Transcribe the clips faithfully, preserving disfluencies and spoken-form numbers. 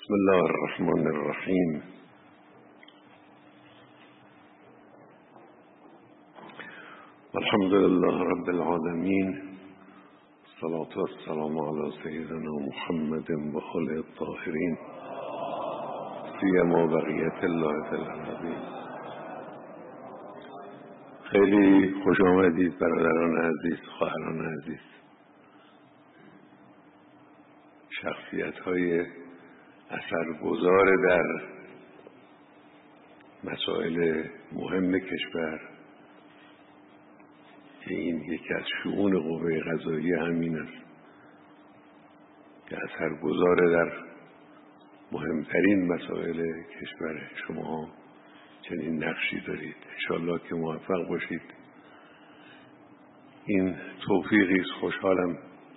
بسم الله الرحمن الرحیم. الحمد لله رب العالمین، الصلاة والسلام علی سیدنا محمد و آله الطاهرین، سیما بقیة الله فی الارضین. خیلی خوش آمدید برادران عزیز، خواهران عزیز. شخصیت‌های اثرگذار در مسائل مهم کشور که این یکی از شؤون قوه قضاییه همین است که اثرگذار در مهمترین مسائل کشور. شما چنین نقشی دارید، انشاءالله که موفق باشید. این توفیقی است. خوشحالم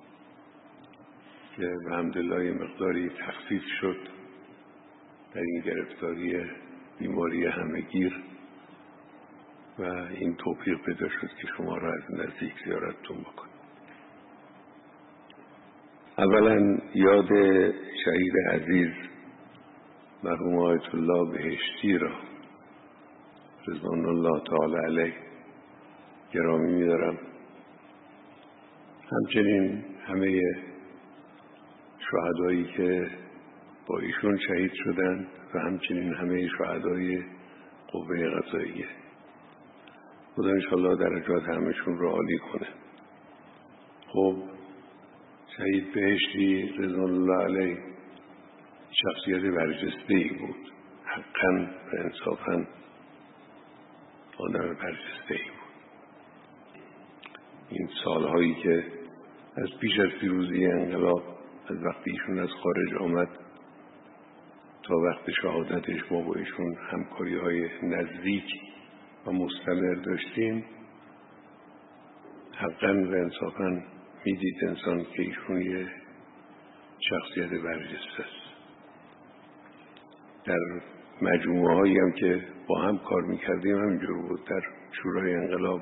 که به حمدالله مقداری تخفیف شد در این گرفتاری بیماری همهگیر و این توفیق پیدا شد که شما را از نزدیک زیارتتون بکنم. اولا یاد شهید عزیز مرحوم آیت الله بهشتی را رضوان الله تعالی علیه گرامی می‌دارم. همچنین همه شهدایی که با ایشون شهید شدند و همچنین همه شهدای قوه قضاییه. خدا انشاءالله درجات همشون رو عالی کنه. خب شهید بهشتی رضوان الله علیه شخصیت برجسته‌ای بود، حقاً و انصافاً آدم برجسته‌ای بود. این سالهایی که از پیش از پیروزی انقلاب، از وقتی ایشون از خارج آمد تا وقت شهادتش، ما با ایشون همکاری های نزدیک و مستمر داشتیم. حقاً و انصافاً میدید انسان که ایشون یه شخصیت برجسته است. در مجموعه هایی هم که با هم کار میکردیم همینجور بود. در شورای انقلاب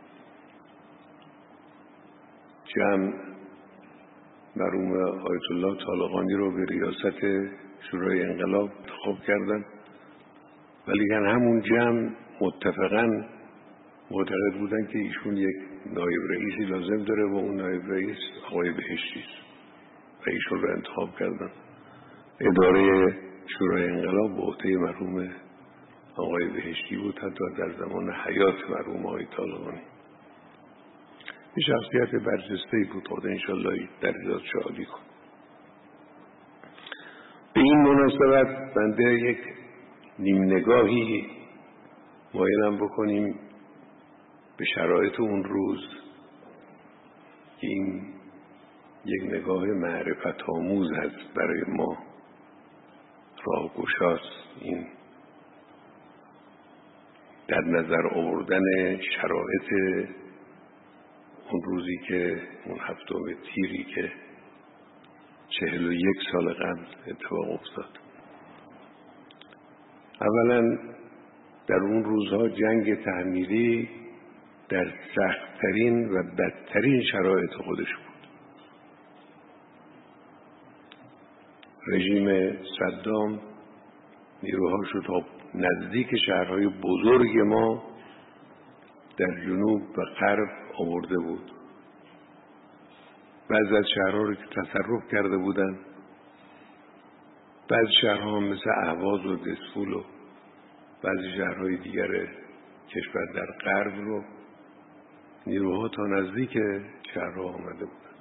جمع مرحوم آیت الله طالقانی رو به ریاست شورای انقلاب انتخاب کردن، ولی همون جمع متفقاً معتقد بودن که ایشون یک نایب رئیسی لازم داره و اون نایب رئیس آقای بهشتی است و ایشون رو انتخاب کردن. اداره شورای انقلاب به عهده مرحوم آقای بهشتی بود، حتی در زمان حیات مرحوم آقای طالقانی. این شخصیت برجسته‌ای بود. خدا انشاءالله درجات عالی کن. به این مناسبت بنده یک نیم نگاهی مایلم بکنیم به شرایط اون روز که این یک نگاه معرفت آموز هست برای ما، راهگشاست. این در نظر آوردن شرایط اون روزی که اون هفتم تیری که چهل و یک سال قبل اتفاق افتاد. اولا در اون روزها جنگ تحمیلی در سخت‌ترین و بدترین شرایط خودش بود. رژیم صدام نیروهاشو تا نزدیک شهرهای بزرگ ما در جنوب و غرب آورده بود. بعضی از شهرها رو که تصرف کرده بودن، بعضی شهرها مثل اهواز و دسفول و بعضی شهرهای دیگر کشور در غرب رو نیروها تا نزدیک شهرها آمده بودن.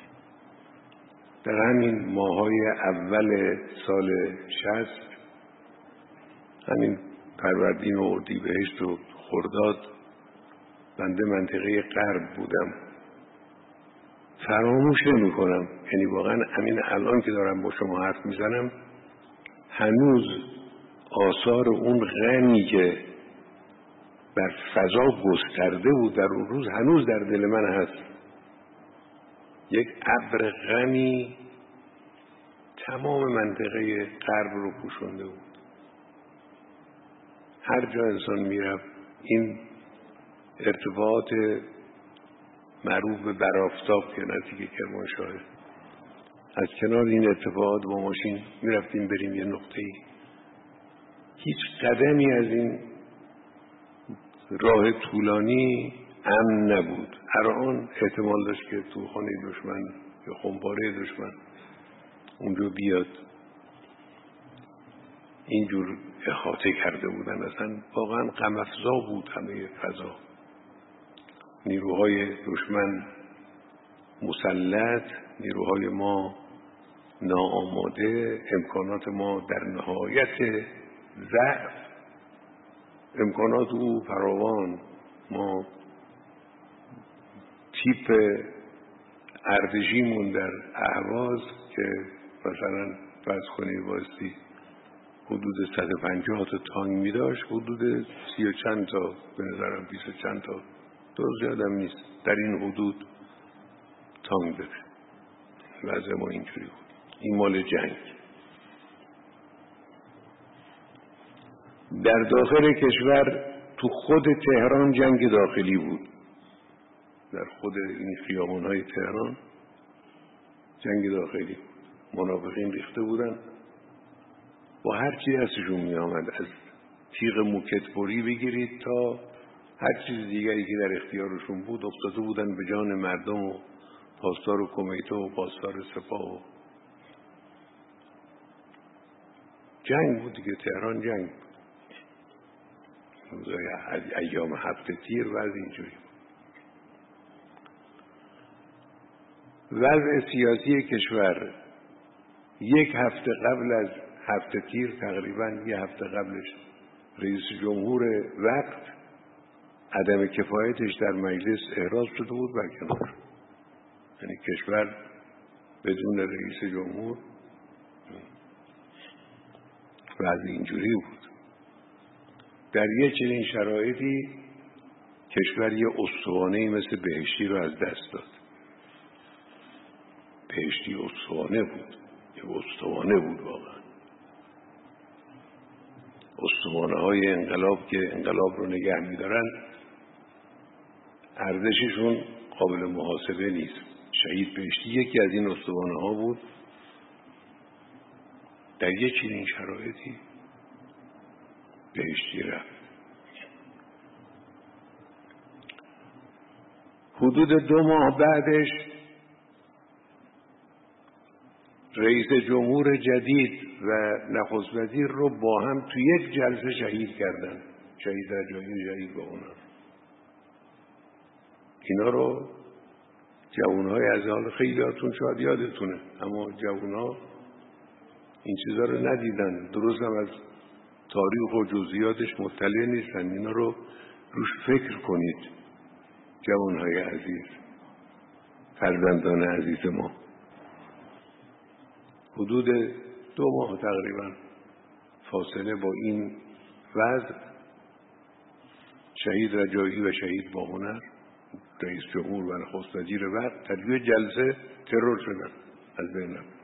در همین ماهای اول سال شصت، همین فروردین و اردیبهشت و خرداد، بنده منطقه غرب بودم. فراموش نمی کنم، یعنی واقعا همین الان که دارم با شما حرف میزنم هنوز آثار اون غمی که بر فضا گسترده بود در اون روز هنوز در دل من هست. یک ابر غمی تمام منطقه غرب رو پوشونده بود. هر جا انسان میرفت این ارتفاعات معروف به برآفتاب که نزدیک کرمانشاه از کنار این اتفاقات با ماشین میرفتیم بریم یه نقطه‌ای. هیچ قدمی از این راه طولانی امن نبود. هر آن احتمال داشت که توپخانه دشمن یا خمپاره دشمن اونجا بیاد. اینجور احاطه کرده بودن. اصلا واقعا غم افزا بود همه فضا. نیروهای دشمن مسلط، نیروهای ما ناآماده، امکانات ما در نهایت ضعف، امکانات او فراوان. ما تیپ ارتشیمون در اهواز که مثلا فرض کنید بایستی حدود صد و پنجاه تا تانک می داشت، حدود سی و چند تا به نظرم بیست و چند تا درست یادم نیست در این حدود تانک داره. وضع ما اینجوری بود. این مال جنگ. در داخل کشور تو خود تهران جنگ داخلی بود. در خود این خیابان‌های تهران جنگ داخلی بود. منافقین ریخته بودن با هر چی دستشون می آمد، از تیغ موکتبری بگیرید تا هر چیز دیگری که در اختیارشون بود، افتاده بودن به جان مردم و پاسدار و کمیته و پاسدار سپاه و جنگ بود دیگه. تهران جنگ بود. ایام هفته تیر وضع اینجوری بود. وضع سیاسی کشور یک هفته قبل از هفته تیر، تقریبا یک هفته قبلش، رئیس جمهور وقت عدم کفایتش در مجلس احراز شده بود برکنار. یعنی کشور بدون رئیس جمهور وضع اینجوری بود. در یه چنین شرایطی کشور یه استوانه‌ای مثل بهشتی رو از دست داد. بهشتی استوانه بود. یه استوانه بود واقعا. استوانه های انقلاب که انقلاب رو نگه می‌دارن ارزششون قابل محاسبه نیست. شهید بهشتی یکی از این استوانه ها بود. در یه چنین شرایطی بهشتی رفت. حدود دو ماه بعدش رئیس جمهور جدید و نخست وزیر رو با هم تو یک جلسه شهید کردن. شهید رجایی، شهید باهنر. اینا رو جوانهای از حال خیلیاتون شاید یادتونه، اما جوانها این چیزا رو ندیدن، درست هم از تاریخ و جزئیاتش مطلع نیستن. اینا رو روش فکر کنید جوانهای عزیز، فرزندان عزیز ما. حدود دو ماه تقریبا فاصله با این وضع شهید رجایی و شهید باهنر، رئیس جمهور و نخست وزیر وقت، در یک جلسه ترور شدن، از بین رفتن.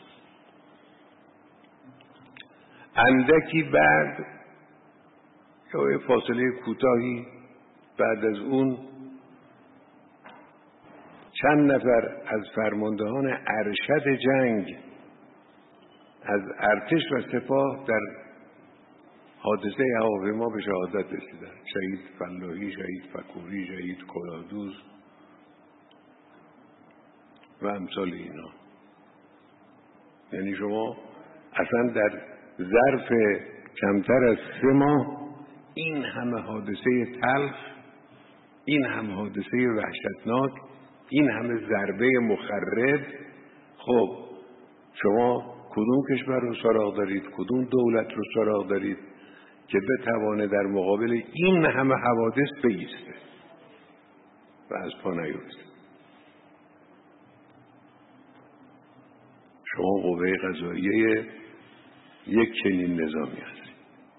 اندکی بعد یا فاصله کوتاهی بعد از اون چند نفر از فرماندهان ارشد جنگ از ارتش و سپاه در حادثه هواپیما به شهادت رسیدن. شهید فلاحی، شهید فکوری، شهید کلادوز و امثال اینا. یعنی شما اصلا در ظرف کمتر از سه ماه این همه حادثه تلخ، این همه حادثه وحشتناک، این همه ضربه مخرب. خب شما کدوم کشور رو سراغ دارید؟ کدوم دولت رو سراغ دارید که بتوانه در مقابل این همه حوادث بایسته و از پا نیفته؟ شما قوه قضاییه یک چنین نظامی هستید.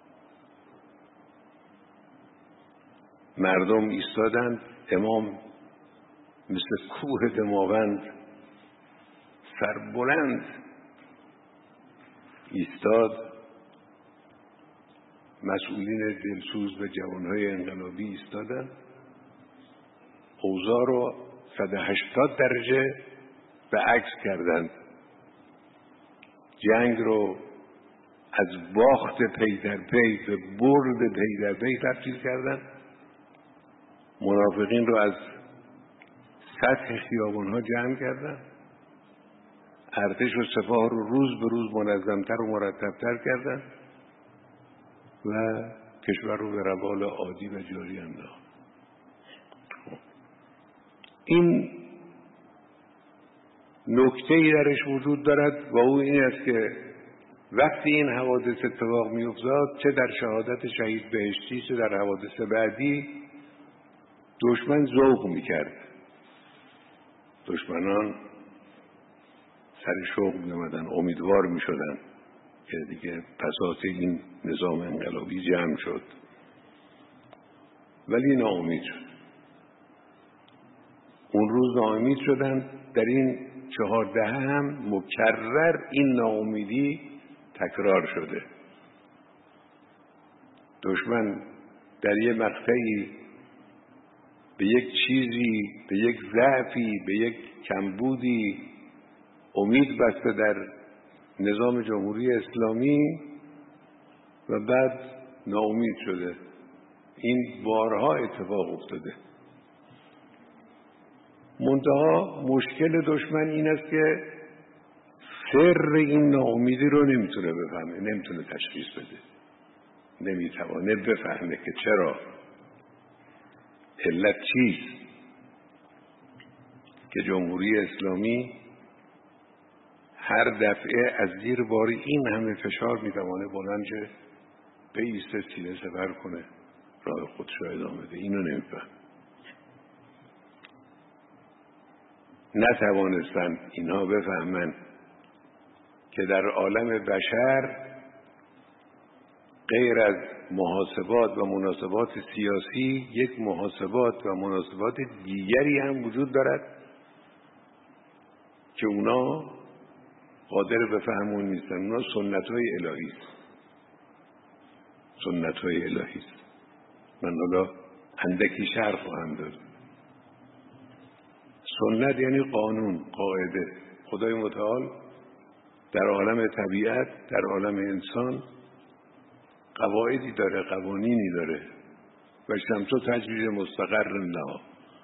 مردم ایستادند، امام مثل کوه دماوند سربلند ایستاد، مسئولین دلسوز و جوانهای انقلابی ایستادند، اوضاع رو صد و هشتاد درجه به عکس کردند. جنگ رو از باخت پی در پی به برد پی در پی تبدیل کردن، منافقین رو از سطح خیابان‌ها جمع کردن، ارتش و سپاه رو روز به روز منظمتر و مرتبتر کردن و کشور رو به روال عادی و جاری انداخت. این نکته‌ای درش وجود دارد و او این است که وقتی این حوادث اتفاق می افتاد، چه در شهادت شهید بهشتی چه در حوادث بعدی، دشمن ذوق می کرد. دشمنان سر شوق می آمدن، امیدوار می شدن که دیگه بساط این نظام انقلابی جمع شد، ولی ناامید شد. اون روز ناامید شدن. در این چهار دهه هم مکرر این ناامیدی تکرار شده. دشمن در یک مقطعی به یک چیزی، به یک ضعفی، به یک کمبودی امید بسته در نظام جمهوری اسلامی و بعد ناامید شده. این بارها اتفاق افتاده. منتها مشکل دشمن این است که سر این ناامیدی رو نمیتونه بفهمه، نمیتونه تشخیص بده، نمیتوانه بفهمه که چرا، علت چیست که جمهوری اسلامی هر دفعه از زیر بار این همه فشار میتوانه بلند شه، بایسته، سینه سپر کنه، راه خودش رو ادامه بده. اینو نمیفهم. نتوانستن اینها بفهمن که در عالم بشر غیر از محاسبات و مناسبات سیاسی یک محاسبات و مناسبات دیگری هم وجود دارد که اونا قادر به فهم اون نیستن. اونا سنت‌های الهی است. سنت‌های الهی است. من حالا اندکی شرح خواهم داد. سنت یعنی قانون، قاعده. خدای متعال در عالم طبیعت، در عالم انسان قواعدی داره، قوانینی داره. و شمسو تجری مستقر لها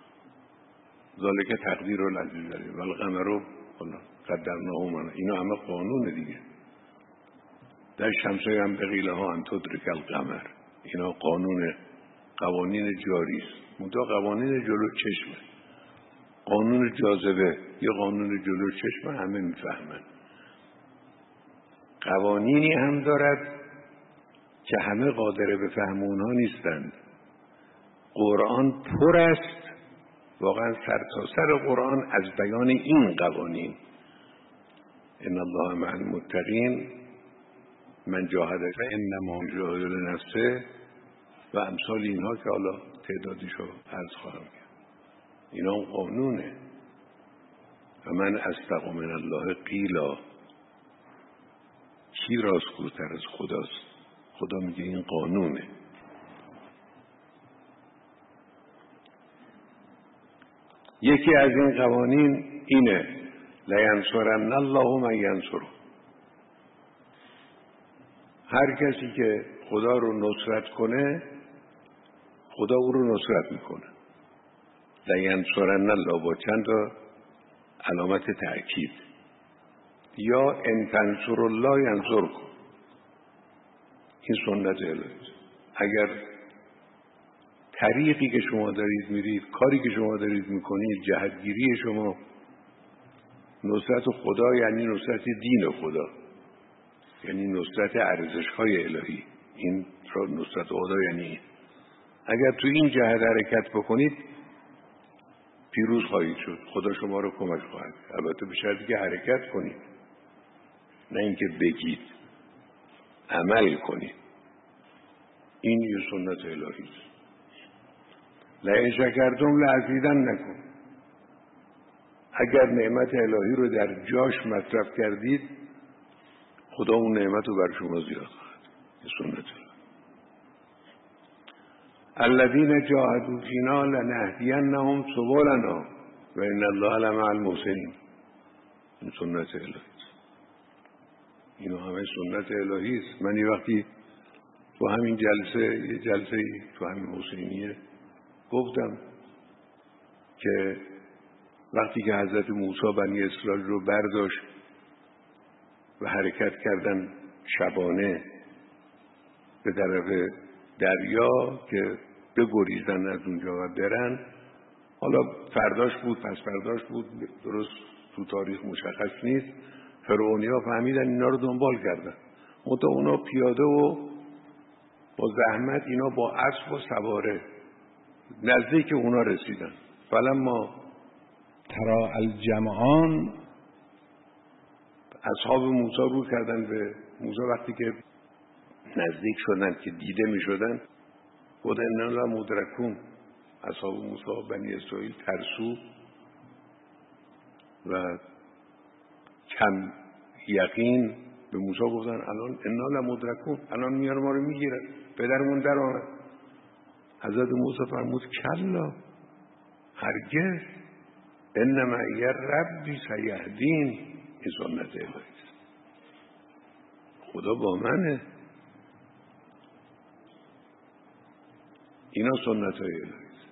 ذالک تقدیر العزیز العلیم و القمر قدرناه منازل. اینا همه قانون دیگه. در شمسه هم بقیلها ان تدرک القمر. اینا قانون، قوانین جاری است. منتها قوانین جلو چشمه. قانون جاذبه یا قانون جلو چشم همه میفهمن. قوانینی هم دارد که همه قادر به فهم اونها نیستند. قرآن پر است، واقعا سرتاسر قرآن از بیان این قوانین. ان الله مع المتقین من جاهد فانما یجاهد لنفسه و امثال اینها که حالا تعدادیشو عرض خواهم کرد. اینا قانونه. و من اصدق من الله قیلا. کی راستگوتر از خداست؟ خدا میگه این قانونه. یکی از این قوانین اینه: لینصرن الله من ینصره. هر کسی که خدا رو نصرت کنه، خدا او رو نصرت میکنه. لینصرن الله با چند تا علامت تأکید. یا ان تنصر الله ینصرکم. این سنت الهی. اگر طریقی که شما دارید میرید، کاری که شما دارید میکنید، جهتگیری شما نصرت خدا یعنی نصرت دین خدا، یعنی نصرت ارزش‌های الهی. این نصرت خدا یعنی اگر تو این جهت حرکت بکنید پیروز خواهید شد. خدا شما رو کمک خواهد. البته به شرطی که حرکت کنید، نه اینکه بگید، عمل کنید. این یه سنت الهی است. لئن شکرتم لازیدنکم. اگر نعمت الهی رو در جاش مصرف کردید، خدا اون نعمت رو بر شما زیاد خواهد. یه سنت الهی. الذین جاهدوا فینا لنهدینهم سبلنا و ان الله لمع المحسنین. این سنت الهی. اینا همه سنت الهی است. من یه وقتی تو همین جلسه یه جلسه تو همین حسینیه گفتم که وقتی که حضرت موسی بنی اسرائیل رو برداشت و حرکت کردن شبانه به طرف دریا که بگریزن از اونجا و برن، حالا فرداش بود پس فرداش بود درست تو تاریخ مشخص نیست، فرعونیا فهمیدن اینا رو دنبال کردن، منتها اونا پیاده و با زحمت اینا با اسب و سواره نزدیک اونا رسیدن. فلما ترا الجمعان، اصحاب موسی رو کردن به موسی وقتی که نزدیک شدن که دیده می شدن، گفتن انا لمدرکون. اصحاب موسی بنی اسرائیل ترسو و کم یقین به موسی گفتن الان انا لمدرکون، الان میاره ما رو میگیرن، پدرمون در آمد. حضرت موسی فرمود کلا، هرگز، انما معی ربی سیهدین. این سنت الهی است، خدا با منه. اینا سنت های الهی است.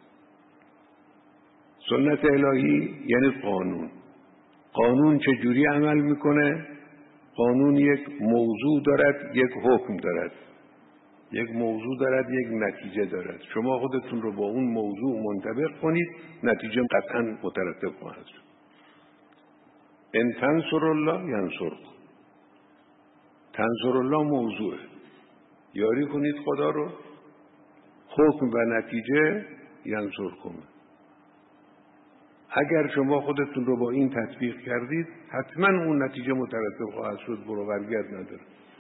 سنت الهی یعنی قانون. قانون چجوری عمل میکنه؟ قانون یک موضوع دارد، یک حکم دارد، یک موضوع دارد، یک نتیجه دارد. شما خودتون رو با اون موضوع منطبق کنید، نتیجه قطعا مترتب خواهد شد. ان تنصر الله ینصرکم. تنصر الله موضوعه، یاری کنید خدا رو، حکم و نتیجه ینصرکم. اگر شما خودتون رو با این تطبیق کردید حتما اون نتیجه مترتب خواهد شد، برو برگرد نداره.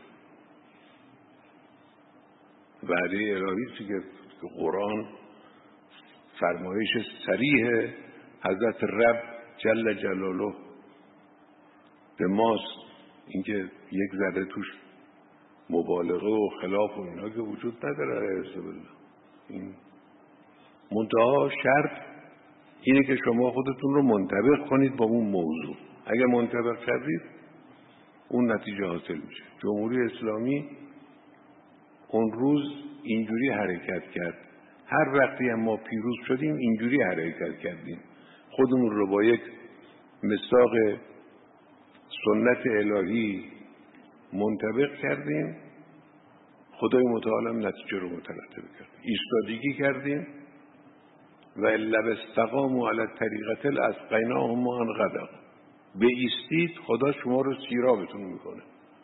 وعده الهی است که قرآن فرمایش صریح حضرت رب جل جلاله به ماست. اینکه یک ذره توش مبالغه و خلاف و اینا که وجود نداره. علیه بالله. این منتها شرط اینه که شما خودتون رو منطبق کنید با اون موضوع. اگه منطبق کردید اون نتیجه حاصل میشه. جمهوری اسلامی اون روز اینجوری حرکت کرد. هر وقتی هم ما پیروز شدیم اینجوری حرکت کردیم، خودمون رو با یک مصداق سنت الهی منطبق کردیم، خدای متعال هم نتیجه رو مترتب کرد. ایستادگی کردیم و الا استقاموا علی الطریقة لاسقیناهم ماء غدقا. به ایستید خدا شما رو سیرابتون میکنه،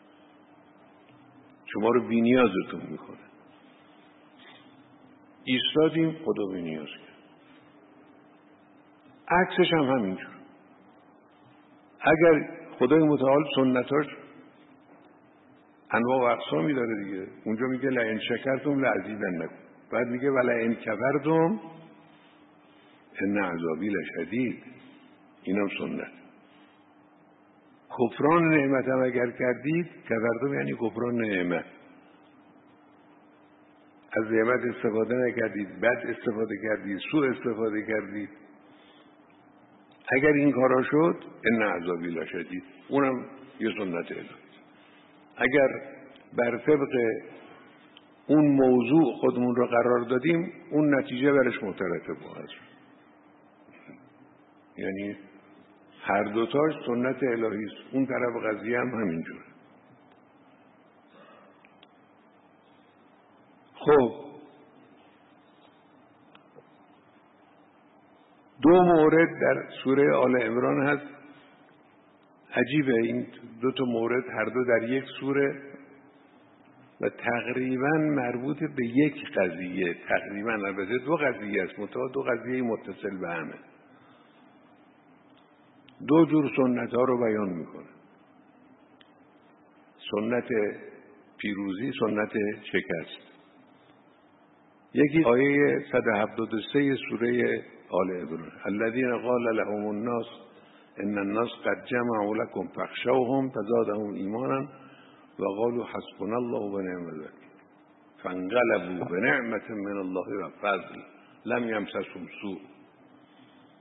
شما رو بی نیازتون میکنه. ایستادیم خدا بی نیاز کرد. عکسش هم همینجور. اگر خدای متعال سنتاش انواع و اقسامی داره دیگه. اونجا میگه لئن شکرتم لازیدنکم، بعد میگه ولئن کفرتم ان عذابی لشدید. اینم سنت. کفران نعمت هم اگر کردید، کفرتم یعنی کفران نعمت، از نعمت استفاده نکردید، بد استفاده کردید، سوء استفاده کردید، اگر این کارا شد ان عذابی لشدید، اونم یه سنت الهی. اگر بر طبق اون موضوع خودمون رو قرار دادیم اون نتیجه برش مترتب خواهد شد. یعنی هر دوتاش سنت الهی است. اون طرف قضیه هم همینجوره. خب دو مورد در سوره آل عمران هست. عجیبه این دو تا مورد هر دو در یک سوره و تقریبا مربوط به یک قضیه. تقریبا البته دو قضیه است، منتها دو قضیه متصل به همه. دو جور سنت ها رو بیان میکنه. سنت پیروزی، سنت شکست. یکی آیه صد و هفتاد و سه سوره آل عمران. الذين قال لهم الناس ان الناس قد جمعوا لكم فاخشوهم فزادهم ایمانا وقالوا حسبنا الله ونعم الوکیل فانقلبوا بنعمة من الله وفضل لم یمسسهم سوء.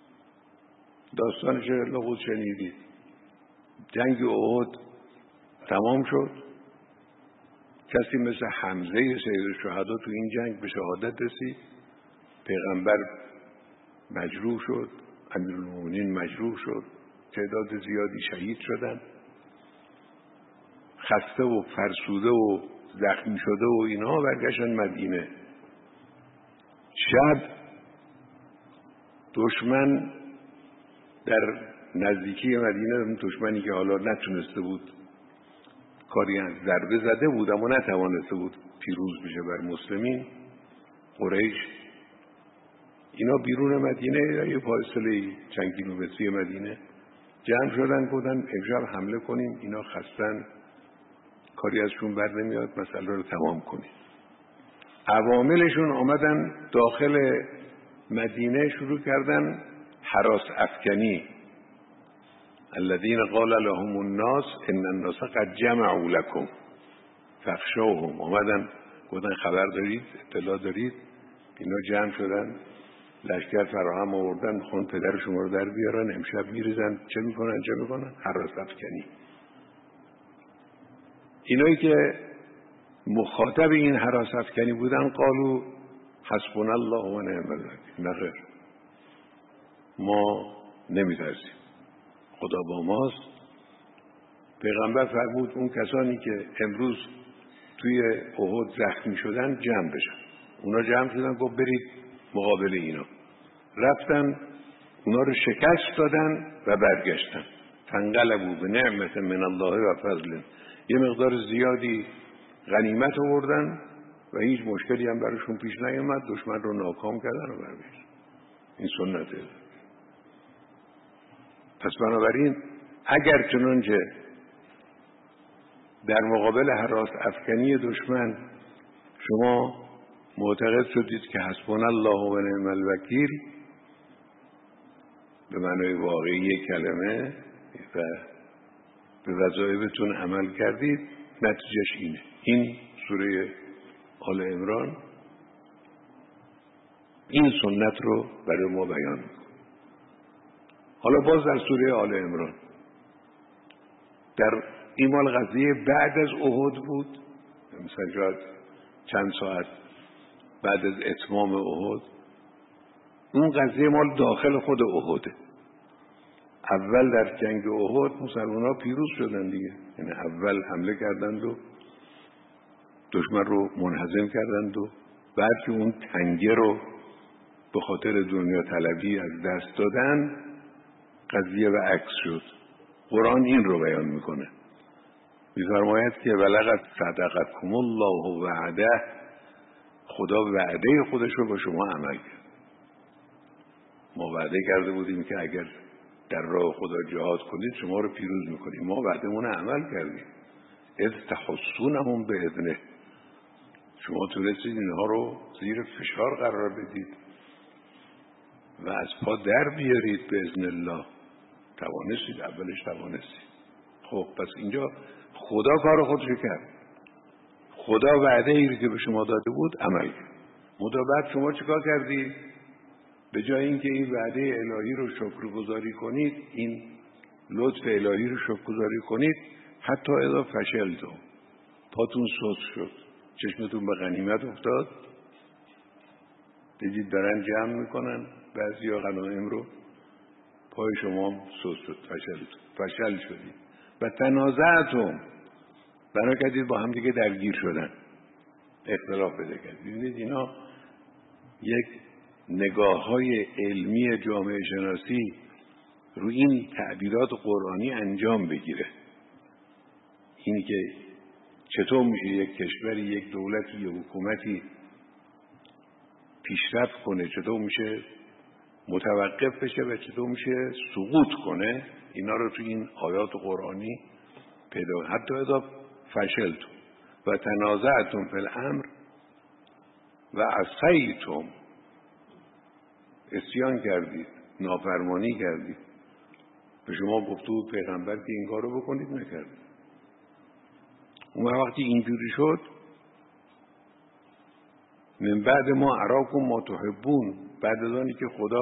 داستانش لغت شنیدید. جنگ احد تمام شد. کسی مثل حمزه سید الشهدا تو این جنگ به شهادت رسید. پیغمبر مجروح شد، امیرالمومنین مجروح شد، تعداد زیادی شهید شدن. خسته و فرسوده و زخمی شده و اینها برگشتن مدینه. شب دشمن در نزدیکی مدینه، دشمنی که حالا نتونسته بود کاری از ضربه زده بود اما نتوانسته بود پیروز بشه بر مسلمین، قریش، اینا بیرون مدینه یه فاصله چند کیلومتری مدینه جمع شدن، گفتن امشب حمله کنیم، اینا خستن، کاری ازشون بر نمیاد، مسئله رو تمام کنیم. عواملشون آمدن داخل مدینه، شروع کردن هراس افکنی. الذين قال لهم الناس ان الناس قد جمعوا لكم فاخشوهم. آمدن گفتن خبر دارید، اطلاع دارید، اینا جمع شدن، لشکر فراهم آوردن، میخوان پدر شما رو در بیارن، امشب میریزن، چه میکنن چه میکنن هراس افکنی. اینایی که مخاطب این هراس افکنی بودن قالو حسبنا الله و نعم الوکیل. نه خیر، ما نمیترسیم، خدا با ماست. پیغمبر فرمود اون کسانی که امروز توی احد زخمی شدن جمع بشن. اونا جمع شدن، گفت برید مقابل اینا. رفتن اونا رو شکست دادن و برگشتن. فانقلبوا بنعمت من الله و فضل. یه مقدار زیادی غنیمت آوردن و هیچ مشکلی هم براشون پیش نیامد، دشمن رو ناکام کردن و برگشتن. این سنته. پس بنابراین اگر چنانچه در مقابل هراس افکنی دشمن شما معتقد شدید که حسبنا الله و نعم الوکیل به معنای واقعی کلمه و به وظایفتون عمل کردید، نتیجهش اینه. این سوره آل عمران این سنت رو برای ما بیان میکنه. حالا باز در سوره آل عمران، در این مال قضیه بعد از احد بود، مثلا شاید چند ساعت بعد از اتمام احد. اون قضیه مال داخل خود احده. اول در جنگ احد مسلمان‌ها پیروز شدن دیگه، یعنی اول حمله کردند و دشمن رو منهزم کردند و بعد که اون تنگه رو به خاطر دنیا طلبی از دست دادن، قضیه و عکس شد. قرآن این رو بیان میکنه، می‌فرماید که ولقد صدقکم الله وعده، خدا وعده خودش رو با شما عمل کرد. ما وعده کرده بودیم که اگر در راه خدا جهاد کنید شما رو پیروز میکنیم، ما وعدمون عمل کردیم. اذ تحسونهم باذنه، شما تونستید اینها رو زیر فشار قرار بدید و از پا در بیارید باذن الله. توانستید، اولش توانستید. خب پس اینجا خدا کار خودشو کرد، خدا وعده ای که به شما داده بود عمل کرد. مدابعت شما چیکار کردید؟ به جای اینکه این وعده الهی رو شکرگزاری کنید، این لطف الهی رو شکرگزاری کنید، حتی اذا فشلتم، پاتون سست شد، چشمتون به غنیمت افتاد، دیدید دارن جمع میکنن بعضیا غنایم رو، پای شما سست شد، فشل فشل شدید و تنازعتم، بنا کردید با هم دیگه درگیر شدن، اختلاف پیدا کردید. ببینید اینا یک نگاه های علمی جامعه شناسی رو این تعبیرات قرآنی انجام بگیره. اینی که چطور میشه یک کشوری، یک دولتی، یک حکومتی پیشرفت کنه، چطور میشه متوقف بشه و چطور میشه سقوط کنه، اینا رو تو این آیات قرآنی پیدا. حتی اذا فشلتم و تنازعتم فی الامر و عصیتم، اسیان کردید، نافرمانی کردید، به شما گفته بود پیغمبر که این کارو بکنید، نکردید. اون وقتی اینجوری شد، من بعد ما اراکم ما تحبون، بعد از آنی که خدا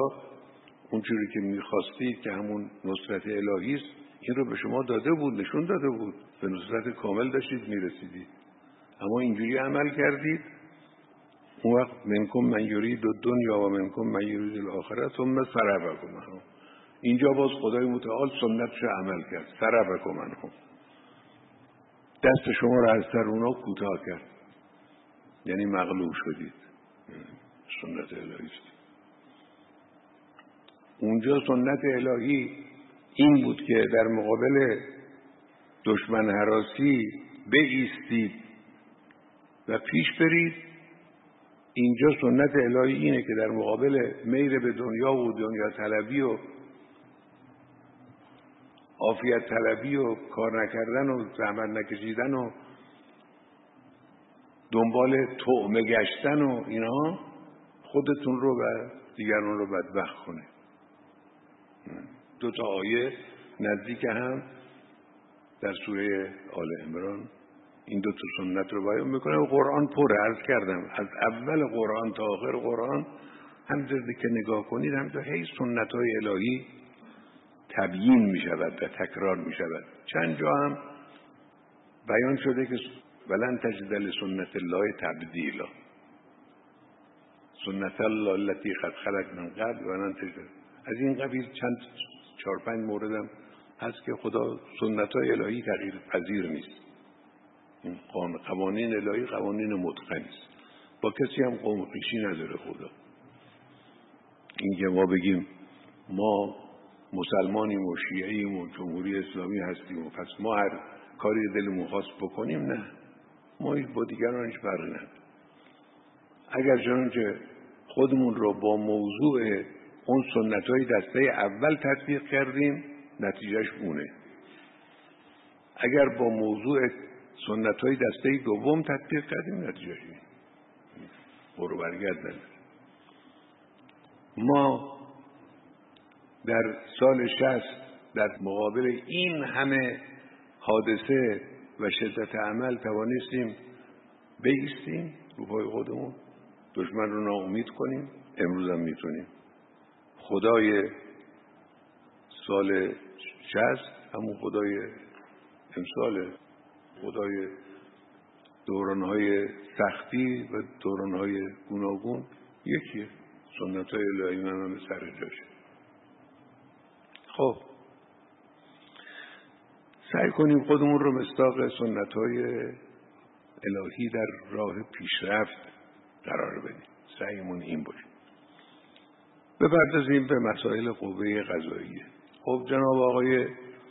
اونجوری که میخواستید که همون نصرت الهی است این رو به شما داده بود، نشون داده بود، به نصرت کامل داشتید میرسیدید. اما اینجوری عمل کردید، اون وقت منکم من یرید الدنیا و منکم من یرید الاخره ثم صرفکم عنها. اینجا باز خدای متعال سنتش عمل کرد، صرفکم عنها، دست شما را از سر اونا کوتاه کرد، یعنی مغلوب شدید. سنت الهی است. اونجا سنت الهی این بود که در مقابل دشمن هراسی بایستید و پیش برید. اینجا سنت الهی اینه که در مقابل میل به دنیا و دنیا طلبی و عافیت طلبی و کار نکردن و زحمت نکشیدن و دنبال طعمه گشتن و اینا خودتون رو و دیگران رو بدبخت کنه. دو تا آیه نزدیک هم در سوره آل عمران این دو تا سنت رو بیان میکنه. قرآن پر عرض کردم، از اول قرآن تا آخر قرآن همینطور که نگاه کنید همینطور هی سنت های الهی تبیین میشود و تکرار میشود. چند جا هم بیان شده که ولن تجد لسنت الله تبدیلا، سنت الله التي قد خلت من قبل ولن تجد. از این قبیل چند چهار پنج موردم هست که خدا سنت های الهی تغییر پذیر نیست. این قوانین الهی قوانین متقنی است، با کسی هم قوم خویشی نداره خدا. این که ما بگیم ما مسلمانیم و شیعیم و جمهوری اسلامی هستیم و پس ما هر کاری دلمون خواست بکنیم، نه، ما با دیگران هیچ فرقی نداره. اگر چنانچه خودمون رو با موضوع اون سنت‌های دسته اول تطبیق کردیم نتیجهش اونه. اگر با موضوع سنت‌های دسته دوم تطبیق کردیم نتیجهش اینه. برو برگرد نداره. ما در سال شصت در مقابل این همه حادثه و شدت عمل توانستیم بایستیم رو پای خودمون، دشمن رو ناامید کنیم. امروز هم میتونیم. خدای سال شصت همون خدای امسال، خدای دورانهای سختی و دورانهای گوناگون یکیه. سنت‌های الهی من هم سر جاشه. خب سعی کنیم خودمون رو مصداق سنت‌های الهی در راه پیشرفت قرار بدیم. سعیمون این باشه. بپردازیم به مسائل قوه قضاییه. خب جناب آقای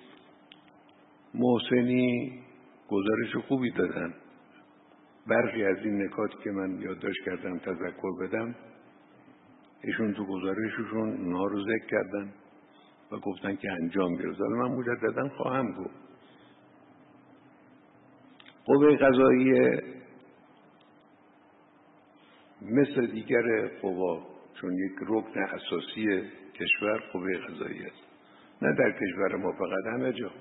محسنی گزارش خوبی دادن. برخی از این نکاتی که من یادداشت کردم تذکر بدم، ایشون تو گزارششون اونها رو ذکر کردن و گفتن که انجام گرفت. من مجددا خواهم گفت قوه قضاییه مثل دیگر قوا، چون یک رکن اساسی کشور قوه قضاییه است، نه در کشور ما فقط، همه جا.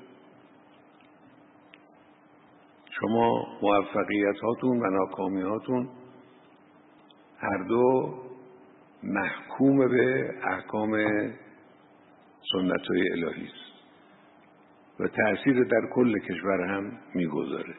شما موفقیت هاتون و ناکامی هاتون هر دو محکوم به احکام سنت های الهی است و تأثیر در کل کشور هم میگذاره.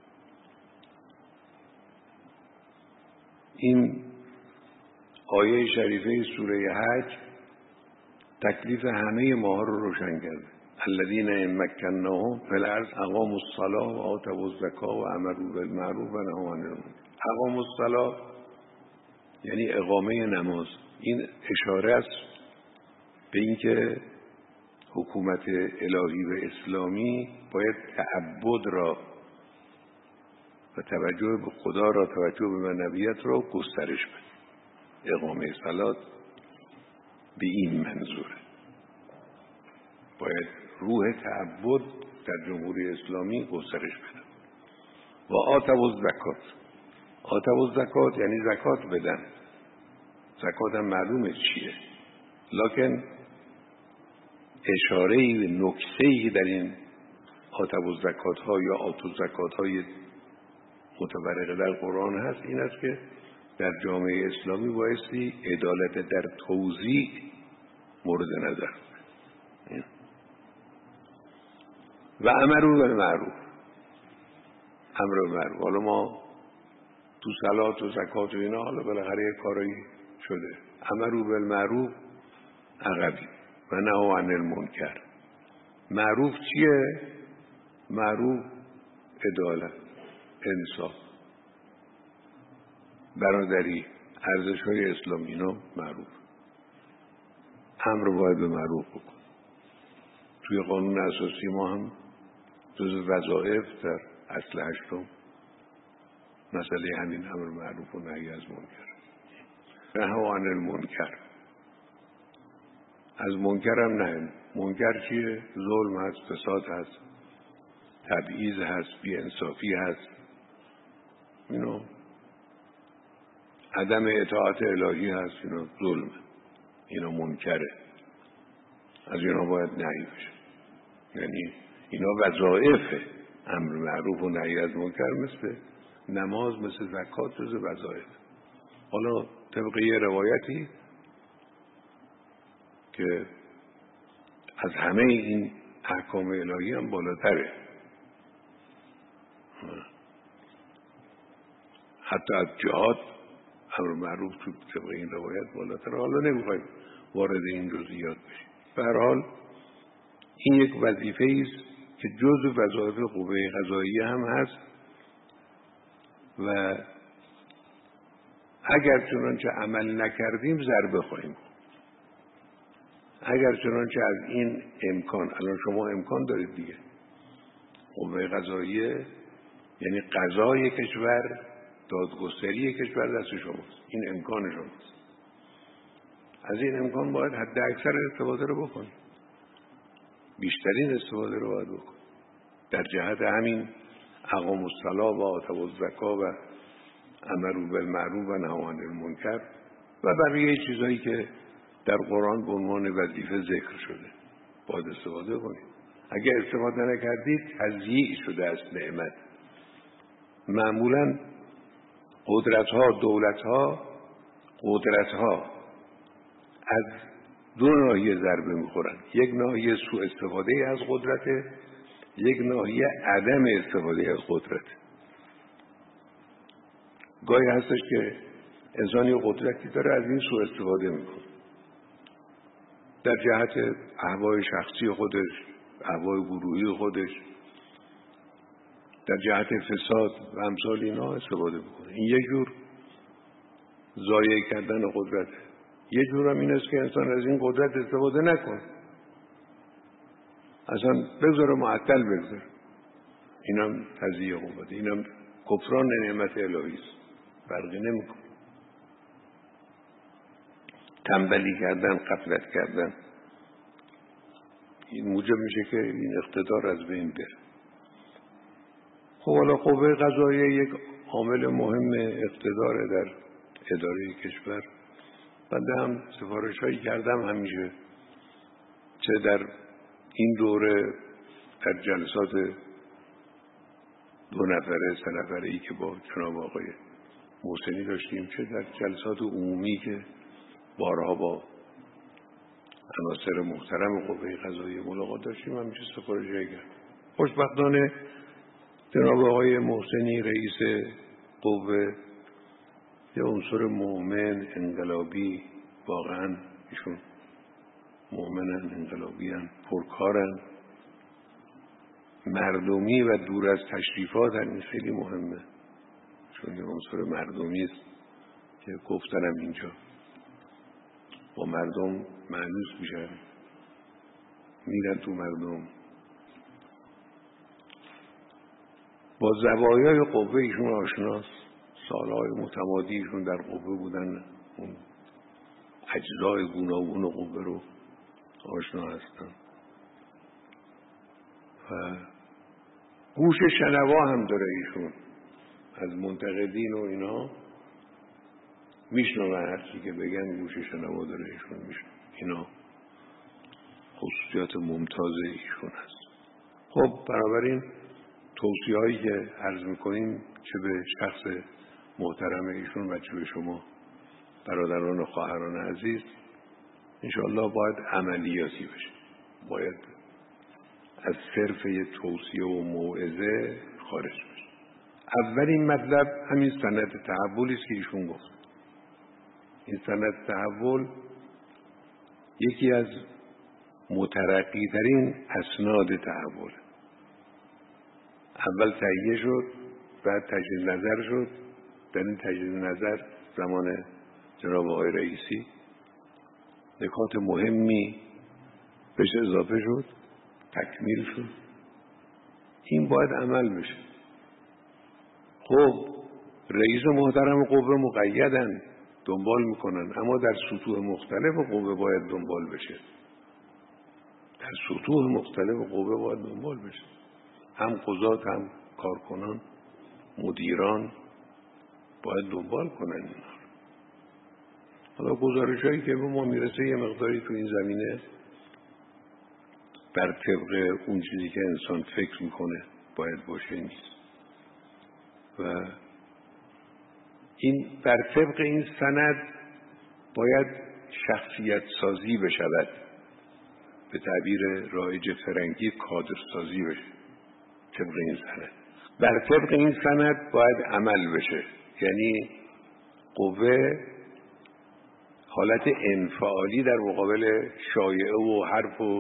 این آیه شریفه سوره حج تکلیف همه ما رو روشن کرده. الذین ان مکناهم فی الارض اقاموا الصلاة و آتوا الزکاة و امروا بالمعروف و نهوا عن المنکر. اقاموا الصلاة یعنی اقامه نماز. این اشاره است به اینکه حکومت الهی و اسلامی باید تعبد را و توجه به خدا را، توجه به معنویت را گسترش بده. اقامه صلات به این منظوره. باید روح تعبد در جمهوری اسلامی گسترش بده. و آتوا الزکات. آتوا الزکات یعنی زکات بدن. زکات هم معلومه چیه، لکن اشاره‌ای، نکته‌ای در این آتوا الزکات ها یا آتوا الزکات های متبرقه در قرآن هست، این است که در جامعه اسلامی بایستی عدالت در توزیع مورد نظر و امروا بالمعروف. امر معروف. حالا ما تو صلات و زکات و اینا حالا بالاخره یه کارایی شده، امر بالمعروف عقبی و نهی عن المنکر. معروف چیه؟ معروف عدالت، انصاف، برادری، ارزش‌های اسلامی، اینا معروف. امر باید به معروف بکن. توی قانون اساسی ما هم جز وظایف در اصل هشتم مسئله همین امر معروف و نهی از منکر. نهی عن المنکر، از منکر هم نه. منکر چیه؟ ظلم هست، فساد هست، تبعیض هست، بی‌انصافی هست، اینو عدم اطاعت الهی هست، اینا ظلمه، اینا منکره، از اینا باید نهی بشه. یعنی اینا وظایف امر معروف و نهی از منکر، مثل نماز، مثل زکات، جز وظایف. حالا طبق یه روایتی که از همه این احکام الهی هم بالاتره، حتی از جهاد امر معروف تو طبق این روایت بالاتره. حالا نمیخوایم وارد این جزئیات بشیم. به هر حال این یک وظیفه است که جزء وظایف قوه قضاییه هم هست و اگر چنانچه عمل نکردیم ضربه خواهیم. اگر چنانچه از این امکان، الان شما امکان دارید دیگه، قوه قضاییه یعنی قضای کشور، دادگستری کشور دست شماست، این امکان شماست. از این امکان باید حد اکثر استفاده رو بکنید، بیشترین استفاده رو باید بکنید. در جهت همین اقام الصلاة و آتوا الزکات و امروا بالمعروف و نهی عن المنکر و بقیه چیزایی که در قرآن به عنوان وظیفه ذکر شده باید استفاده کنید. اگر استفاده نکردید تضییع شده است نعمت. معمولا قدرت ها، دولت ها، قدرت ها از دو ناحیه ضربه میخورن. یک ناحیه سوء استفاده از قدرت، یک ناحیه عدم استفاده از قدرت. گاهی هستش که انسانی قدرتی داره، از این سوء استفاده میکنه در جهت اهوای شخصی خودش، اهوای گروهی خودش، در جهت فساد و امثال اینا استفاده بکنه. این یک جور ضایع کردن قدرت. یه جور هم این است که انسان از این قدرت استفاده نکنه، اصلا بذاره معطل بذاره. اینم تضییع قوت، اینم کفران نعمت الهی است، فرقی نمیکنه. تنبلی کردن، غفلت کردن، این موجب میشه که این اقتدار از بین بره. خب حالا قوه قضاییه یک عامل مهم اقتدار در اداره کشور. بنده هم سفارش هایی کردم همیشه، چه در این دوره در جلسات دو نفره سه نفره ای که با جناب آقای محسنی داشتیم، چه در جلسات عمومی که بارها با عناصر محترم قوه قضاییه ملاقات داشتیم، همیشه سفارش هایی کردم. خوشبختانه جناب آقای محسنی رئیس قوه یه عنصر مؤمن، انقلابی، واقعا ایشون مؤمنن، انقلابیان، پرکارن، مردمی و دور از تشریفات. این خیلی مهمه، چون یه عنصر مردمی است که گفتنم اینجا با مردم مانوس میشن، میرن تو مردم. با زوایای قوه ایشون آشناست، سالهای متمادی ایشون در قوه بودن، اون اجزای گوناگون قوه رو آشنا هستن و گوش شنوا هم داره ایشون، از منتقدین و اینا میشنون، هر چی که بگن گوش شنوا داره ایشون، میشنون. اینا خصوصیات ممتاز ایشون هست. خب بنابراین توصیه هایی که عرض میکنیم چه به شخص محترم ایشون و چه به شما برادران و خواهران عزیز، انشاءالله باید عملیاتی بشه. باید از صرف یه توصیه و موعظه خارج بشه. اولین مطلب همین سند تحولی است که ایشون گفت. این سند تحول یکی از مترقی ترین اسناد تحول. اول تهیه شد، بعد تجدید نظر شد. در این تجدید نظر زمان جناب آقای رئیسی نکات مهمی بهش اضافه شد، تکمیل شد. این باید عمل بشه. خب رئیس محترم قوه مقیدن، دنبال میکنن، اما در سطوح مختلف قوه باید دنبال بشه. در سطوح مختلف قوه باید دنبال بشه. هم قضات، هم کارکنان، مدیران باید دنبال کنن اینا. حالا گزارش هایی که به ما میرسه یه مقداری تو این زمینه بر طبق اون چیزی که انسان فکر میکنه باید باشه نیست. و این بر طبق این سند باید شخصیت سازی بشود، به تعبیر رایج فرنگی کادر سازی بشه. طبق این سند بر طبق این سند باید عمل بشه. یعنی قوه حالت انفعالی در مقابل شایعه و حرف و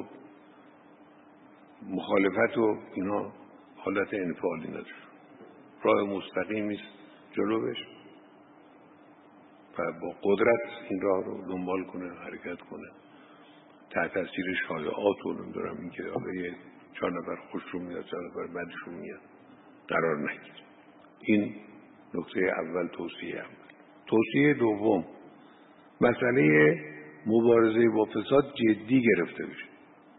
مخالفت و اینا حالت انفعالی نداره. راه مستقیمی است جلوش و با قدرت این راه رو دنبال کنه، حرکت کنه، تحت تاثیر شایعات و نمیدونم این که آقای چهار نفر خوش رو میاد چهار نفر بدشون میاد قرار نگیره. این نکته اول، توصیه اول. توصیه دوم، مسئله مبارزه با فساد جدی گرفته بشه.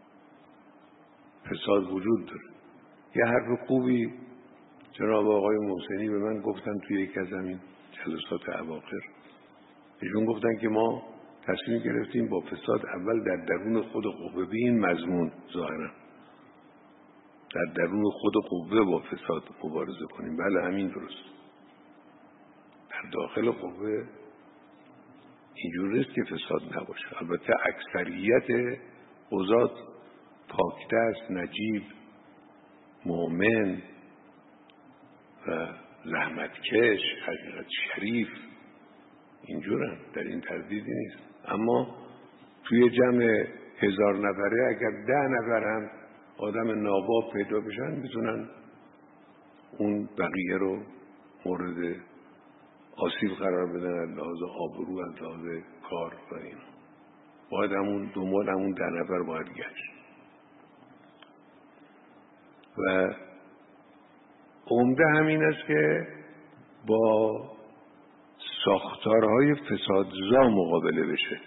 فساد وجود داره. یه حرف خوبی جناب آقای محسنی به من گفتن توی یک از همین جلسات اواخر. ایشون گفتن که ما تصمیم گرفتیم با فساد اول در درون خود قوه، به این مضمون ظاهرا در درون خود قوه با فساد مبارزه کنیم. بله همین درست. در داخل قوه اینجور نیست که فساد نباشه. البته اکثریت قضات پاکدست، نجیب، مؤمن و زحمتکش، حقیقت شریف اینجورن، در این تردیدی نیست. اما توی جمع هزار نفره اگر ده نفر هم آدم ناباب پیدا بشن میتونن اون بقیه رو مورد آسیب قرار بدن از لحاظ آبرو، از لحاظ کار و اینا. باید همون دنبال همون ده نفر باید گشت. و عمده همین است که با ساختارهای فسادزا مقابله بشه.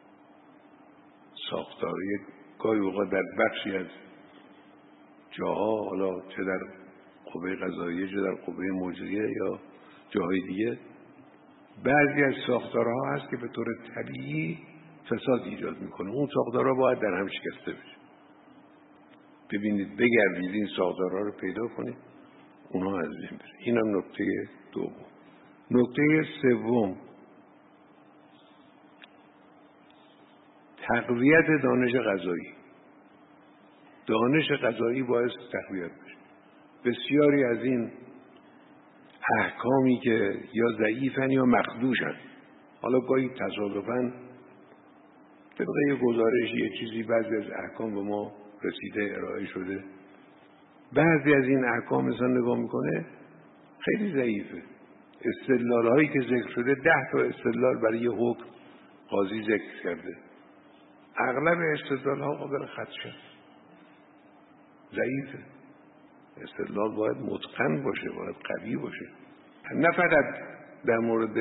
ساختارهای گاهی اوقات در بخشی از جاها، حالا چه در قوه قضاییه چه در قوه مجریه یا جاهای دیگه، بعضی از ساختارها هست که به طور طبیعی فساد ایجاد میکنه. اون ساختارها باید در هم شکسته بشه. ببینید، بگردید این ساختارها رو پیدا کنید، اونها از بین بره. اینم نکته دوم. نکته سوم، تقویت دانش قضایی. دانش قضایی باید تقویت بشه. بسیاری از این احکامی که یا ضعیفن یا مخدوشن، حالا گاهی تصادفاً طبق یه گزارش یه چیزی بعضی از احکام به ما رسیده، ارائه شده، بعضی از این احکام مثلا نگاه میکنه خیلی ضعیفه. استدلال هایی که ذکر شده، ده تا استدلال برای یه حکم قاضی ذکر کرده، اغلب استدلال ها قابل خدشه، ضعیفه. استدلال باید متقن باشه، باید قوی باشه. نه فقط در مورد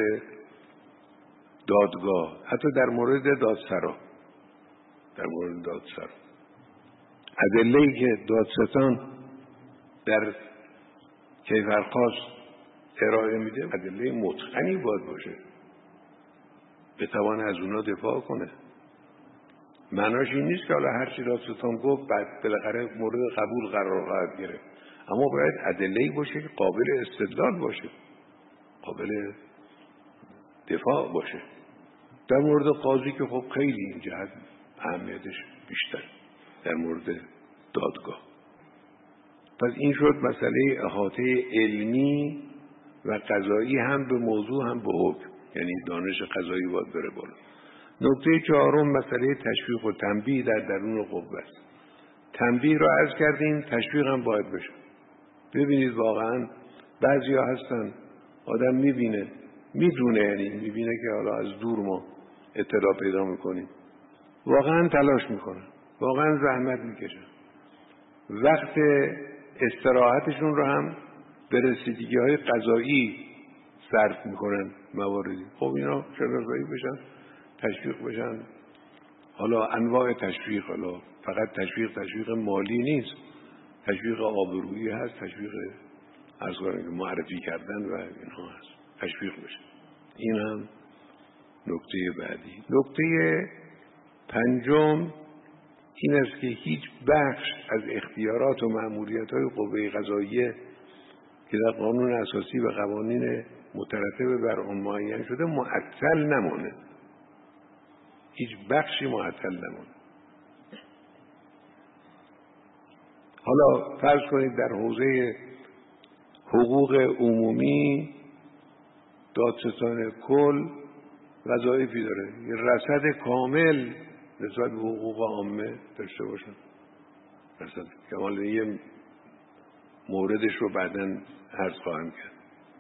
دادگاه، حتی در مورد دادسرا. در مورد دادسرا ادله‌ای که دادستان در کیفرخواست ارائه میده ادله متقنی باید باشه، بتوانه از اونا دفاع کنه. معناش این نیست که حالا هر چی دادستان گفت بعد بالاخره مورد قبول قرار خواهد گرفت، اما باید ادله‌ای باشه که قابل استدلال باشه، قابل دفاع باشه. در مورد قاضی که خب خیلی این جهت اهمیتش بیشتر، در مورد دادگاه. پس این شد مسئله احاطه علمی و قضایی هم به موضوع هم به حکم، یعنی دانش قضایی باید بره بالا. نکته چهارم مسئله تشویق و تنبیه در درون قوه است. تنبیه را عرض کردیم، تشویق هم باید بشه. ببینید واقعا بعضیا هستن آدم میبینه میدونه، یعنی میبینه که حالا از دور ما اطلاع پیدا میکنیم، واقعا تلاش میکنن، واقعا زحمت میکشن، وقت استراحتشون رو هم به رسیدگی های قضایی صرف میکنن مواردی. خب اینا شناسایی بشن، تشویق بشن. حالا انواع تشویق، حالا فقط تشویق تشویق مالی نیست، تشویق آبرویی هست، تشویق عرض کنم که معرفی کردن و اینها هست، تشویق بشه. این هم نکته بعدی. نکته پنجم این است که هیچ بخش از اختیارات و مأموریت‌های قوه قضاییه که در قانون اساسی و قوانین مترتب بر آن معین شده معطل نمونه. هیچ بخشی معطل نمونه. حالا فرض کنید در حوزه حقوق عمومی دادستان کل وظایفی داره، یه رصد کامل نسبت به حقوق عامه داشته باشن. رصد کامل، یه موردش رو بعداً عرض خواهم کرد.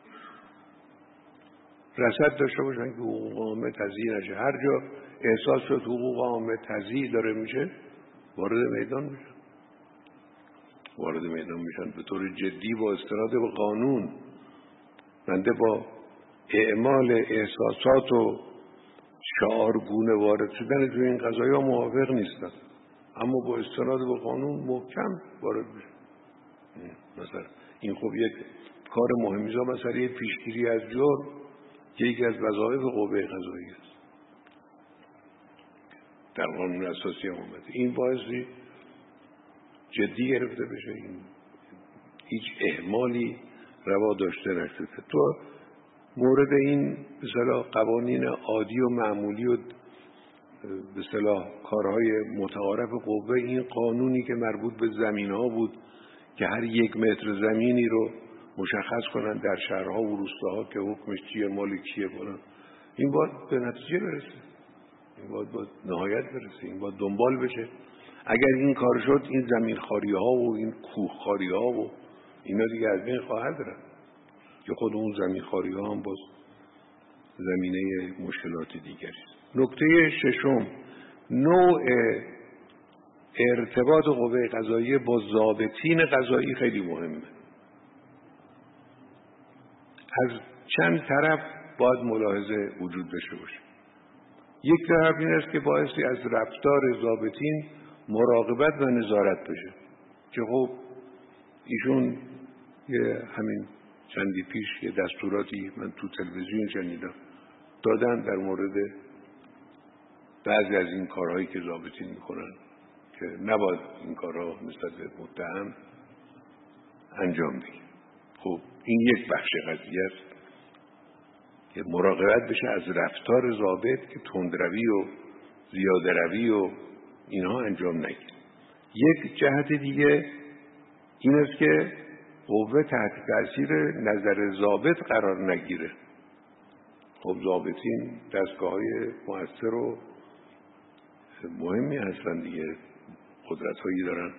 رصد داشته باشن که حقوق عامه تضییع نشه. هر جا احساس شد حقوق عامه تضییع داره میشه، وارد میدان میشن. وارد میدان میشن به طور جدی با استناد به قانون. بنده با اعمال احساسات و شعارگونه وارد شدن تو این قضایا موافق نیستم، اما با استناد به قانون محکم وارد میشن. مثلا این خب یک کار مهمی است، مسئله پیشگیری از جرم که یکی از وظایف قوه قضاییه است، در قانون اساسی هم اومده. این باعثی جدی گرفته بشه، این هیچ اهمالی روا داشته نشده. تو مورد این به اصطلاح قوانین عادی و معمولی و به اصطلاح کارهای متعارف قوه، این قانونی که مربوط به زمین ها بود که هر یک متر زمینی رو مشخص کنن در شهرها و روستاها که حکمش چیه، مال کیه فلان، این باید به نتیجه برسه، این باید به نهایت برسه، این باید دنبال بشه. اگر این کار شد این زمین خاری ها و این کوه خاری ها و اینا دیگه از بین خواهد رفت، که خود اون زمین خاری ها هم باز زمینه مشکلات دیگری است. نکته ششم، نوع ارتباط قوه قضاییه با ضابطین قضایی خیلی مهمه. از چند طرف باید ملاحظه وجود داشته باشه. یک طرف این است که باعثی از رفتار ضابطین مراقبت و نظارت بشه، که خب ایشون یه همین چندی پیش یه دستوراتی من تو تلویزیون شنیدم دادن در مورد بعضی از این کارهایی که ضابطین میکنن که نباید این کارها نسبت به متهم انجام بگیره. خب این یک بخش قضیه است که مراقبت بشه از رفتار ضابط که تندروی و زیاده روی و اینها انجام نگیره. یک جهت دیگه این است که قوه تحت تاثیر نظر ضابط قرار نگیره. خب ضابطین دستگاه‌های مؤثر و مهمی هستن دیگه، قدرت‌هایی دارن،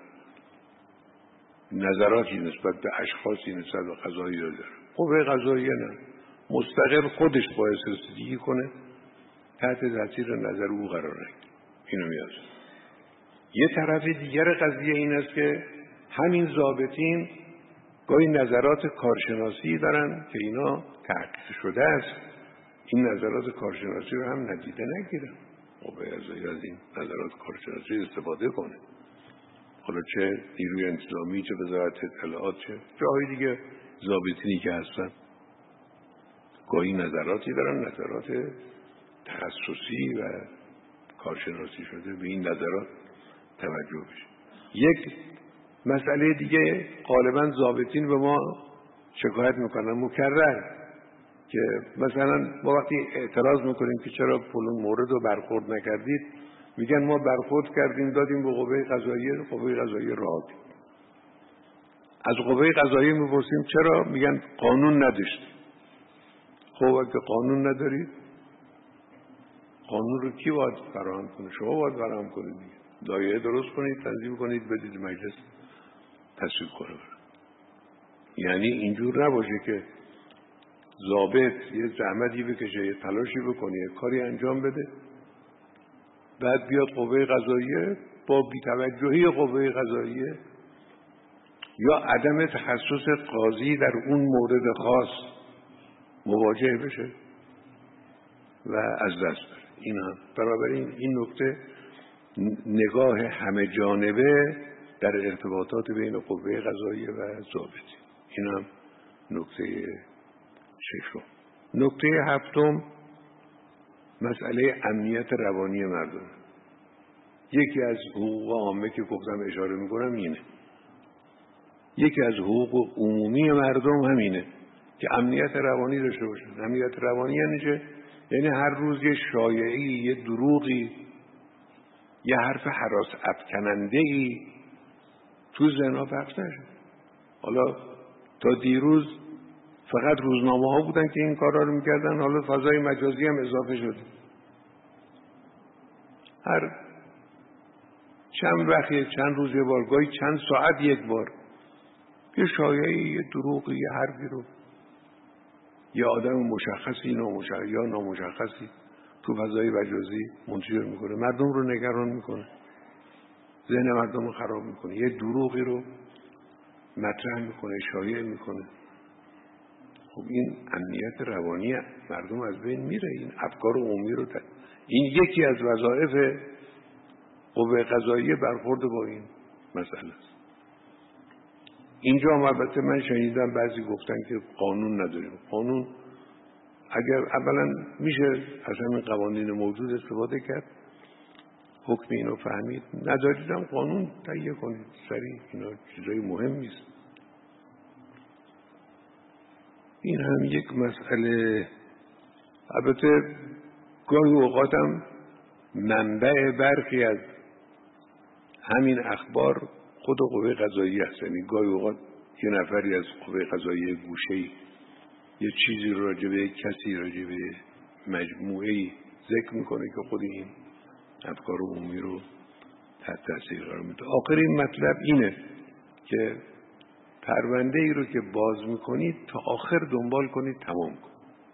نظراتی نسبت به اشخاصی نسبت به قضایی داره. قوه قضاییه نه، مستقل خودش باید رسیدگی کنه، تحت تاثیر نظر او قرار نگیره. اینو میاد. یه طرف دیگر قضیه این است که همین ضابطین گاهی نظرات کارشناسی دارن که اینا تحقیق شده است، این نظرات کارشناسی رو هم ندیده نگیرن. قوه قضاییه از این نظرات کارشناسی استفاده کنه، حالا چه نیروی انتظامی، چه وزارت اطلاعات، چه جاهای دیگه ضابطینی که هستن گاهی نظراتی دارن، نظرات تخصصی و کارشناسی شده، به این نظرات توجه بشه. یک مسئله دیگه، غالبا ضابطین به ما شکایت میکنن مکرر که مثلا ما وقتی اعتراض میکنیم که چرا فلان مورد رو برخورد نکردید، میگن ما برخورد کردیم دادیم به قوه قضاییه، قوه قضاییه رها کرد. از قوه قضاییه میپرسیم چرا، میگن قانون نداشت. خب اگه قانون ندارید، قانون رو کی باید فراهم کنه؟ شما باید فراهم کنید دیگه. لایحه درست کنید، تنظیم کنید، بدید مجلس تصویب کنه. یعنی اینجور نباشه که ضابط یه زحمتی بکشه، یه تلاشی بکنه، یه کاری انجام بده، بعد بیاد قوه قضاییه با بی‌توجهی قوه قضاییه یا عدم تخصص قاضی در اون مورد خاص مواجه بشه و از دست بره. این هم بنابراین این نکته نگاه همه جانبه در ارتباطات بین قوه قضاییه و ضابطی. این هم نکته ششم. نکته هفتم مسئله امنیت روانی مردم. یکی از حقوق عامه که گفتم اشاره میکنم اینه. یکی از حقوق عمومی مردم همینه که امنیت روانی داشته باشن. امنیت روانی یعنی چه؟ یعنی هر روز یه شایعی، یه دروغی، یه حرف هراس افکننده‌ای تو ذهن‌ها پخش نشه. حالا تا دیروز فقط روزنامه ها بودن که این کارا رو میکردن، حالا فضای مجازی هم اضافه شده. هر چند وقت، چند روز یه بار، گاهی چند ساعت یک بار یه شایعی، یه دروغی، یه حرفی رو یه آدم مشخصی نامشخص یا نامشخصی تو فضای مجازی منتشر میکنه، مردم رو نگران میکنه، ذهن مردم رو خراب میکنه، یه دروغی رو مطرح میکنه، شایع میکنه. خب این امنیت روانی مردم از بین میره. این افکار عمومی رو ده. این یکی از وظایف قوه قضاییه برخورد با این مسئله است. اینجا هم البته من شنیدم بعضی گفتن که قانون نداریم. قانون اگر اولا میشه از همین قوانین موجود استفاده کرد، حکم اینو فهمید، نداریدم قانون تهیه کنید سریع. اینا چیزای مهمی است. این هم یک مسئله. البته گاهی اوقاتم منبع برخی از همین اخبار خود قوه قضاییه هست. یعنی گاهی اوقات یه نفری از قوه قضاییه گوشه‌ای یه چیزی رو راجع به کسی، راجع به مجموعه‌ای ذکر میکنه که خود این افکار عمومی رو تحت تاثیر قرار میده. آخرین مطلب اینه که پرونده ای رو که باز میکنید تا آخر دنبال کنید، تمام کنید.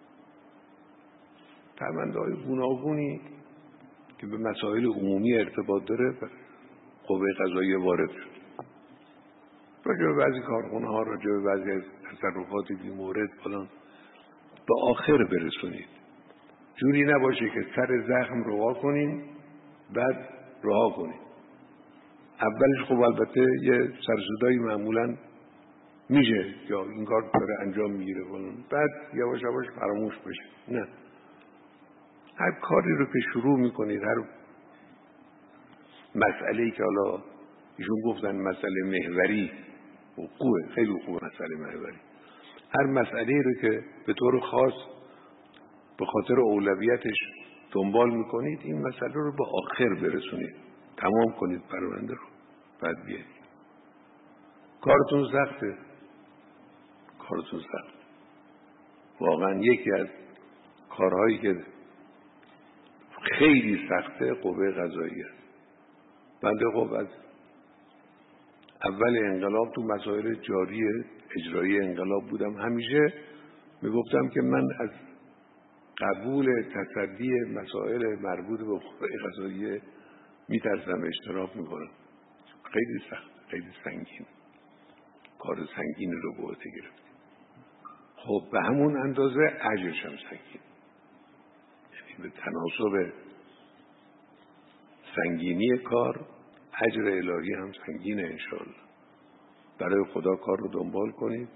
پرونده های گوناگونی که به مسائل عمومی ارتباط داره قوه قضاییه وارد شد. راجع به بعضی کارخونه ها، راجع به بعضی از تصرفات بی مورد فلان، به آخر برسونید. جوری نباشه که سر زخم رها کنین بعد رها کنین. اولش خب البته یه سرصدایی معمولاً میشه یا این کار داره انجام میگیره فلان، بعد یواش یواش فراموش بشه. نه، هر کاری رو که شروع میکنید، هر مسئله‌ای که حالا ایشون گفتن مسئله محوری، خوبه، خیلی خوبه مسئله محوری، هر مسئله‌ای رو که به طور خاص به خاطر اولویتش دنبال میکنید، این مسئله رو به آخر برسونید، تمام کنید پرونده رو، بعد بیایید. کارتون سخته، کارتون سخته. واقعا یکی از کارهایی که خیلی سخته قوه قضاییه است. بنده خب از اول انقلاب تو مسائل جاری اجرایی انقلاب بودم. همیشه میگفتم که من از قبول تصدی مسائل مربوط به قوه قضاییه میترسم، اشتراک میکنم. خیلی سخت، خیلی سنگین، کار سنگین رو به عهده گرفت. خب به همون اندازه اجرش هم سنگین، یعنی به تناسب سنگینی کار اجر الهی هم سنگینه. انشاءالله برای خدا کار رو دنبال کنید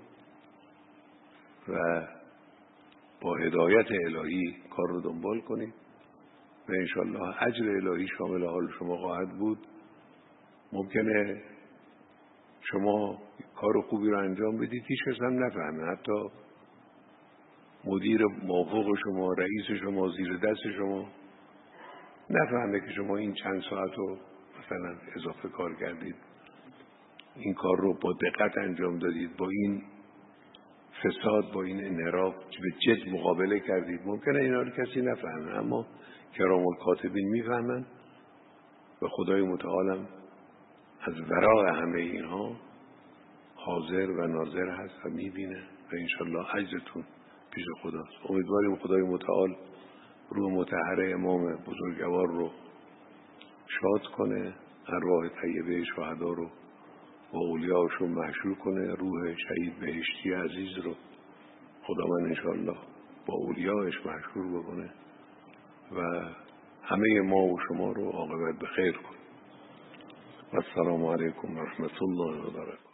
و با هدایت الهی کار رو دنبال کنید و انشاءالله اجر الهی شامل حال شما خواهد بود. ممکنه شما کار خوبی رو انجام بدید، هیچ کس هم نفهمه، حتی مدیر موافق شما، رئیس شما، زیر دست شما نفهمه که شما این چند ساعت رو مثلا اضافه کار کردید، این کار رو با دقت انجام دادید، با این فساد، با این انحراف به جد مقابله کردید. ممکنه اینا رو کسی نفهمه، اما کرام الکاتبین میفهمن و خدای متعالم از ورای همه اینها حاضر و ناظر هست و میبینه و انشالله اجرتون پیش خداست. امیدواریم خدای متعال روح مطهر امام بزرگوار رو شاد کنه، ارواح طیبه شهدا رو با اولیاءشون محشور کنه، روح شهید بهشتی عزیز رو خدا من انشالله با اولیاءش محشور بکنه و همه ما و شما رو عاقبت به خیر کنه. و السلام علیکم و رحمت الله و برکاته.